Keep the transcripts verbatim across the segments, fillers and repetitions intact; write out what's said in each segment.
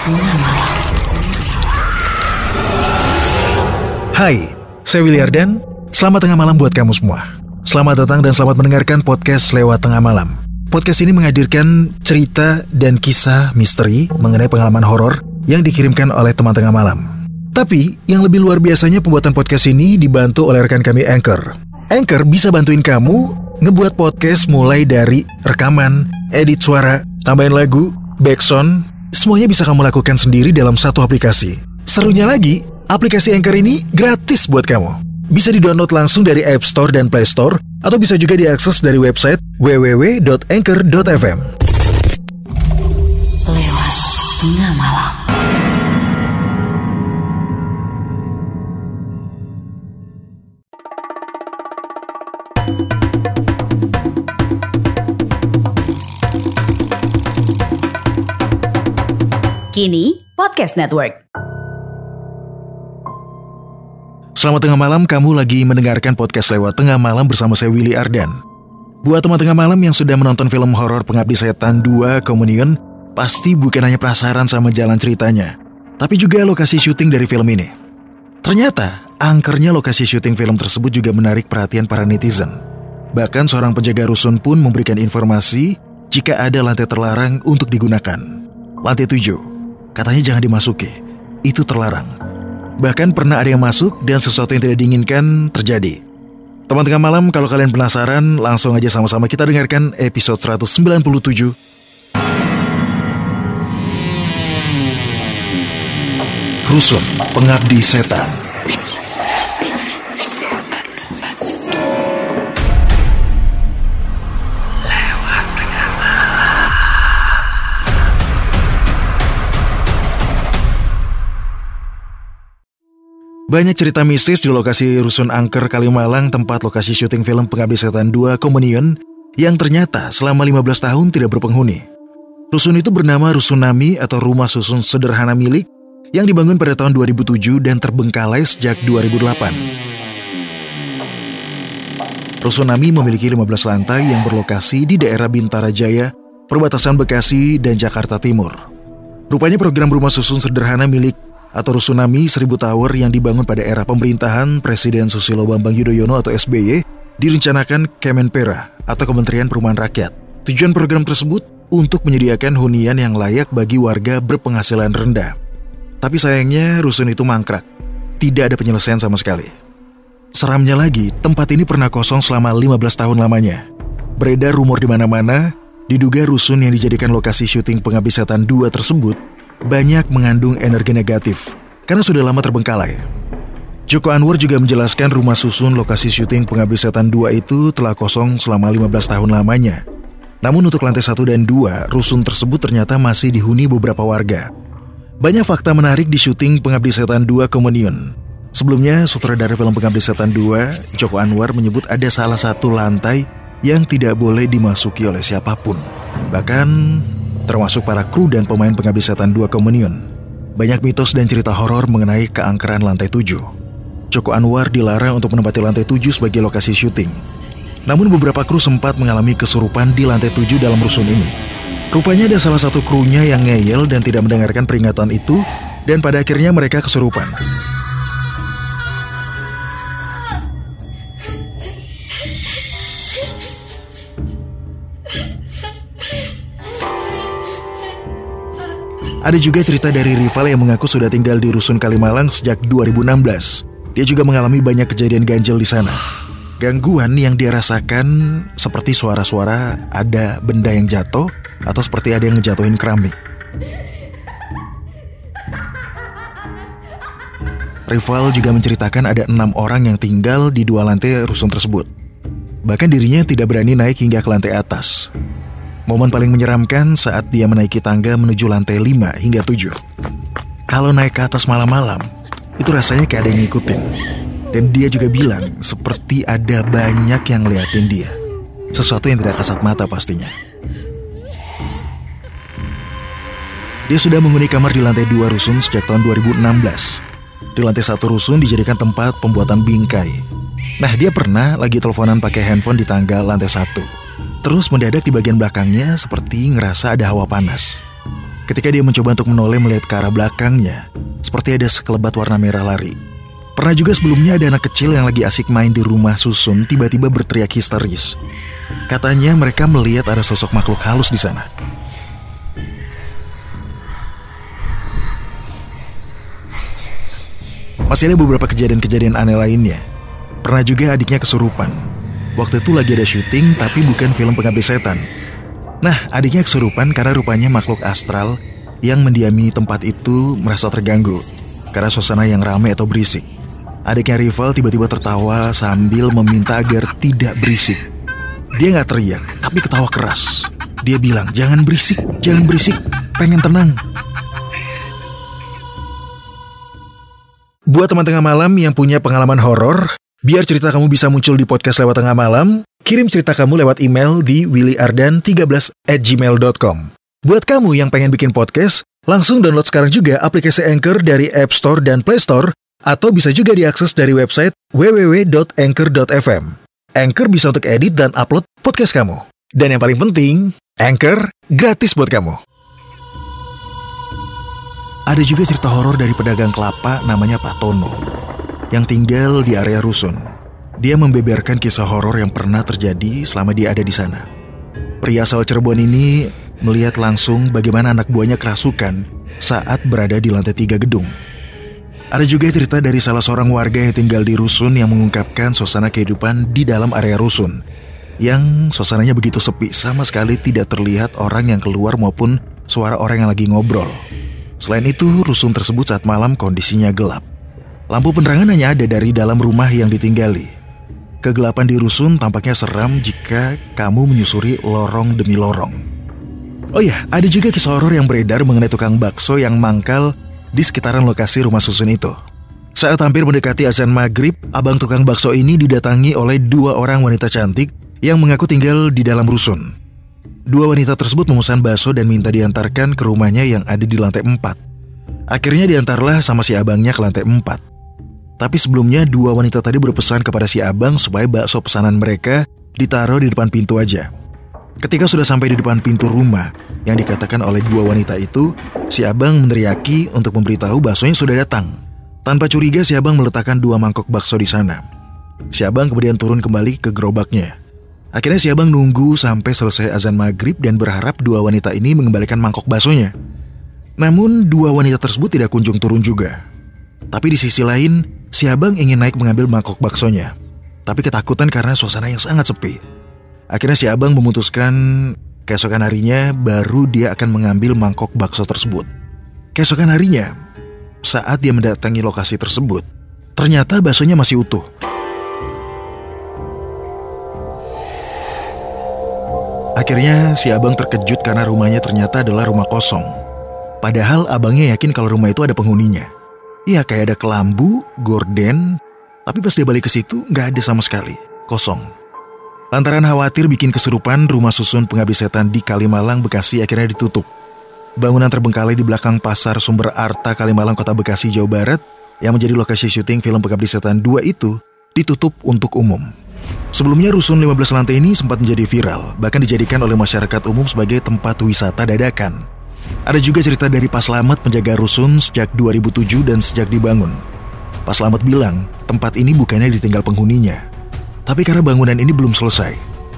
Tengah Malam. Hai, saya Willy Ardan. Selamat tengah malam buat kamu semua. Selamat datang dan selamat mendengarkan podcast Lewat Tengah Malam. Podcast ini menghadirkan cerita dan kisah misteri mengenai pengalaman horor yang dikirimkan oleh teman tengah malam. Tapi, yang lebih luar biasanya pembuatan podcast ini dibantu oleh rekan kami Anchor. Anchor bisa bantuin kamu ngebuat podcast mulai dari rekaman, edit suara, tambahin lagu, backsound, semuanya bisa kamu lakukan sendiri dalam satu aplikasi. Serunya lagi, aplikasi Anchor ini gratis buat kamu. Bisa di-download langsung dari App Store dan Play Store, atau bisa juga diakses dari website w w w dot anchor dot f m. Lewat Tengah Malam. Kini Podcast Network. Selamat tengah malam, kamu lagi mendengarkan podcast Lewat Tengah Malam bersama saya Willy Ardan. Buat teman tengah malam yang sudah menonton film horor Pengabdi Setan dua Communion, pasti bukan hanya penasaran sama jalan ceritanya, tapi juga lokasi syuting dari film ini. Ternyata, angkernya lokasi syuting film tersebut juga menarik perhatian para netizen. Bahkan seorang penjaga rusun pun memberikan informasi jika ada lantai terlarang untuk digunakan. Lantai tujuh. Katanya jangan dimasuki, itu terlarang. Bahkan pernah ada yang masuk dan sesuatu yang tidak diinginkan terjadi. Teman tengah malam, kalau kalian penasaran, langsung aja sama-sama kita dengarkan episode seratus sembilan puluh tujuh. Rusun Pengabdi Setan. Banyak cerita mistis di lokasi Rusun Angker Kalimalang, tempat lokasi syuting film Pengabdi Setan dua Communion, yang ternyata selama lima belas tahun tidak berpenghuni. Rusun itu bernama Rusun Nami atau Rumah Susun Sederhana Milik yang dibangun pada tahun dua ribu tujuh dan terbengkalai sejak dua ribu delapan. Rusun Nami memiliki lima belas lantai yang berlokasi di daerah Bintara Jaya, perbatasan Bekasi dan Jakarta Timur. Rupanya program Rumah Susun Sederhana Milik atau Rusun Nami seribu Tower yang dibangun pada era pemerintahan Presiden Susilo Bambang Yudhoyono atau S B Y direncanakan Kemenpera atau Kementerian Perumahan Rakyat. Tujuan program tersebut untuk menyediakan hunian yang layak bagi warga berpenghasilan rendah. Tapi sayangnya rusun itu mangkrak, tidak ada penyelesaian sama sekali. Seramnya lagi, tempat ini pernah kosong selama lima belas tahun lamanya. Beredar rumor di mana-mana, diduga rusun yang dijadikan lokasi syuting Pengabdi Setan dua tersebut banyak mengandung energi negatif karena sudah lama terbengkalai. Joko Anwar juga menjelaskan rumah susun lokasi syuting Pengabdi Setan dua itu telah kosong selama lima belas tahun lamanya. Namun untuk lantai satu dan dua, rusun tersebut ternyata masih dihuni beberapa warga. Banyak fakta menarik di syuting Pengabdi Setan dua Communion. Sebelumnya, sutradara film Pengabdi Setan dua, Joko Anwar menyebut ada salah satu lantai yang tidak boleh dimasuki oleh siapapun. Bahkan termasuk para kru dan pemain Pengabdi Setan dua Communion. Banyak mitos dan cerita horor mengenai keangkeran lantai tujuh. Joko Anwar dilarang untuk menempati lantai tujuh sebagai lokasi syuting. Namun beberapa kru sempat mengalami kesurupan di lantai tujuh dalam rusun ini. Rupanya ada salah satu krunya yang ngeyel dan tidak mendengarkan peringatan itu, dan pada akhirnya mereka kesurupan. Ada juga cerita dari rival yang mengaku sudah tinggal di Rusun Kalimalang sejak dua ribu enam belas. Dia juga mengalami banyak kejadian ganjil di sana. Gangguan yang dia rasakan seperti suara-suara ada benda yang jatuh atau seperti ada yang ngejatuhin keramik. Rival juga menceritakan ada enam orang yang tinggal di dua lantai rusun tersebut. Bahkan dirinya tidak berani naik hingga ke lantai atas. Momen paling menyeramkan saat dia menaiki tangga menuju lantai lima hingga tujuh. Kalau naik ke atas malam-malam, itu rasanya kayak ada yang ngikutin. Dan dia juga bilang seperti ada banyak yang ngeliatin dia. Sesuatu yang tidak kasat mata pastinya. Dia sudah menghuni kamar di lantai dua rusun sejak tahun dua ribu enam belas. Di lantai satu rusun dijadikan tempat pembuatan bingkai. Nah, dia pernah lagi teleponan pakai handphone di tangga lantai satu. Terus mendadak di bagian belakangnya seperti ngerasa ada hawa panas. Ketika dia mencoba untuk menoleh melihat ke arah belakangnya, seperti ada sekelebat warna merah lari. Pernah juga sebelumnya ada anak kecil yang lagi asik main di rumah susun tiba-tiba berteriak histeris. Katanya mereka melihat ada sosok makhluk halus di sana. Masih ada beberapa kejadian-kejadian aneh lainnya. Pernah juga adiknya kesurupan. Waktu itu lagi ada syuting tapi bukan film Pengabdi Setan. Nah, adiknya kesurupan karena rupanya makhluk astral yang mendiami tempat itu merasa terganggu karena suasana yang ramai atau berisik. Adiknya Rival tiba-tiba tertawa sambil meminta agar tidak berisik. Dia gak teriak, tapi ketawa keras. Dia bilang, jangan berisik, jangan berisik, pengen tenang. Buat teman tengah malam yang punya pengalaman horor, biar cerita kamu bisa muncul di podcast lewat tengah malam, kirim cerita kamu lewat email di willy ardan tiga belas at gmail dot com. Buat kamu yang pengen bikin podcast, langsung download sekarang juga aplikasi Anchor dari App Store dan Play Store, atau bisa juga diakses dari website w w w dot anchor dot f m. Anchor bisa untuk edit dan upload podcast kamu. Dan yang paling penting, Anchor gratis buat kamu. Ada juga cerita horor dari pedagang kelapa namanya Pak Tono, yang tinggal di area rusun. Dia membeberkan kisah horor yang pernah terjadi selama dia ada di sana. Pria asal Cirebon ini melihat langsung bagaimana anak buahnya kerasukan saat berada di lantai tiga gedung. Ada juga cerita dari salah seorang warga yang tinggal di rusun yang mengungkapkan suasana kehidupan di dalam area rusun, yang suasananya begitu sepi, sama sekali tidak terlihat orang yang keluar maupun suara orang yang lagi ngobrol. Selain itu, rusun tersebut saat malam kondisinya gelap. Lampu penerangan hanya ada dari dalam rumah yang ditinggali. Kegelapan di rusun tampaknya seram jika kamu menyusuri lorong demi lorong. Oh ya, ada juga kisah horor yang beredar mengenai tukang bakso yang mangkal di sekitaran lokasi rumah susun itu. Saat hampir mendekati azan maghrib, abang tukang bakso ini didatangi oleh dua orang wanita cantik yang mengaku tinggal di dalam rusun. Dua wanita tersebut memesan bakso dan minta diantarkan ke rumahnya yang ada di lantai empat. Akhirnya diantarlah sama si abangnya ke lantai empat. Tapi sebelumnya dua wanita tadi berpesan kepada si abang supaya bakso pesanan mereka ditaruh di depan pintu aja. Ketika sudah sampai di depan pintu rumah yang dikatakan oleh dua wanita itu, si abang meneriaki untuk memberitahu baksonya sudah datang. Tanpa curiga, si abang meletakkan dua mangkok bakso di sana. Si abang kemudian turun kembali ke gerobaknya. Akhirnya si abang nunggu sampai selesai azan maghrib dan berharap dua wanita ini mengembalikan mangkok baksonya. Namun dua wanita tersebut tidak kunjung turun juga. Tapi di sisi lain, si abang ingin naik mengambil mangkok baksonya, tapi ketakutan karena suasana yang sangat sepi. Akhirnya si abang memutuskan keesokan harinya baru dia akan mengambil mangkok bakso tersebut. Keesokan harinya, saat dia mendatangi lokasi tersebut, ternyata baksonya masih utuh. Akhirnya si abang terkejut karena rumahnya ternyata adalah rumah kosong. Padahal abangnya yakin kalau rumah itu ada penghuninya. Iya, kayak ada kelambu, gorden, tapi pas dia balik ke situ nggak ada sama sekali, kosong. Lantaran khawatir bikin kesurupan, rumah susun Pengabdi Setan di Kalimalang, Bekasi akhirnya ditutup. Bangunan terbengkalai di belakang Pasar Sumber Arta, Kalimalang, Kota Bekasi, Jawa Barat, yang menjadi lokasi syuting film Pengabdi Setan dua itu, ditutup untuk umum. Sebelumnya rusun lima belas lantai ini sempat menjadi viral, bahkan dijadikan oleh masyarakat umum sebagai tempat wisata dadakan. Ada juga cerita dari Pak Slamet, penjaga rusun sejak dua ribu tujuh dan sejak dibangun. Pak Slamet bilang, tempat ini bukannya ditinggal penghuninya, tapi karena bangunan ini belum selesai.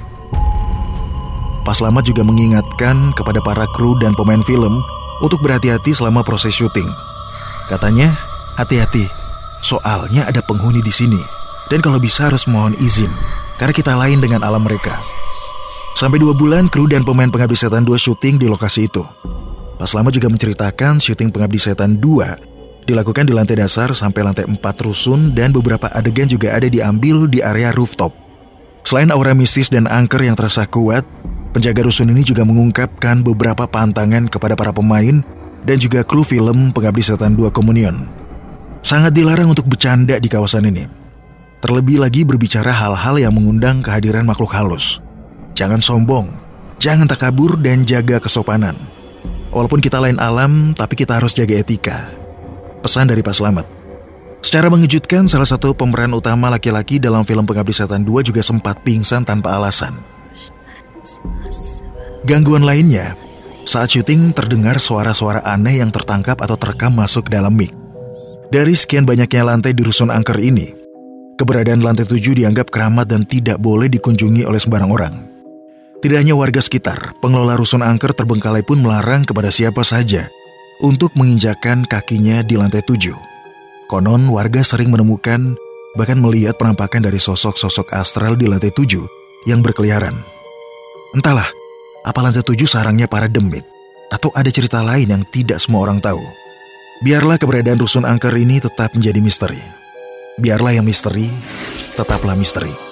Pak Slamet juga mengingatkan kepada para kru dan pemain film untuk berhati-hati selama proses syuting. Katanya, hati-hati, soalnya ada penghuni di sini, dan kalau bisa harus mohon izin, karena kita lain dengan alam mereka. Sampai dua bulan, kru dan pemain Pengabdi Setan dua syuting di lokasi itu. Pak Slamet juga menceritakan syuting Pengabdi Setan dua dilakukan di lantai dasar sampai lantai empat rusun, dan beberapa adegan juga ada diambil di area rooftop. Selain aura mistis dan angker yang terasa kuat, penjaga rusun ini juga mengungkapkan beberapa pantangan kepada para pemain dan juga kru film Pengabdi Setan dua Komunion. Sangat dilarang untuk bercanda di kawasan ini. Terlebih lagi berbicara hal-hal yang mengundang kehadiran makhluk halus. Jangan sombong, jangan takabur, dan jaga kesopanan. Walaupun kita lain alam, tapi kita harus jaga etika. Pesan dari Pak Slamet. Secara mengejutkan, salah satu pemeran utama laki-laki dalam film Pengabdi Setan dua juga sempat pingsan tanpa alasan. Gangguan lainnya, Saat syuting terdengar suara-suara aneh yang tertangkap atau terekam masuk dalam mic. Dari sekian banyaknya lantai di rusun angker ini, keberadaan lantai tujuh dianggap keramat dan tidak boleh dikunjungi oleh sembarang orang. Tidak hanya warga sekitar, pengelola rusun angker terbengkalai pun melarang kepada siapa saja untuk menginjakan kakinya di lantai tujuh. Konon warga sering menemukan, bahkan melihat penampakan dari sosok-sosok astral di lantai tujuh yang berkeliaran. Entahlah, apa lantai tujuh sarangnya para demit, atau ada cerita lain yang tidak semua orang tahu. Biarlah keberadaan rusun angker ini tetap menjadi misteri. Biarlah yang misteri tetaplah misteri.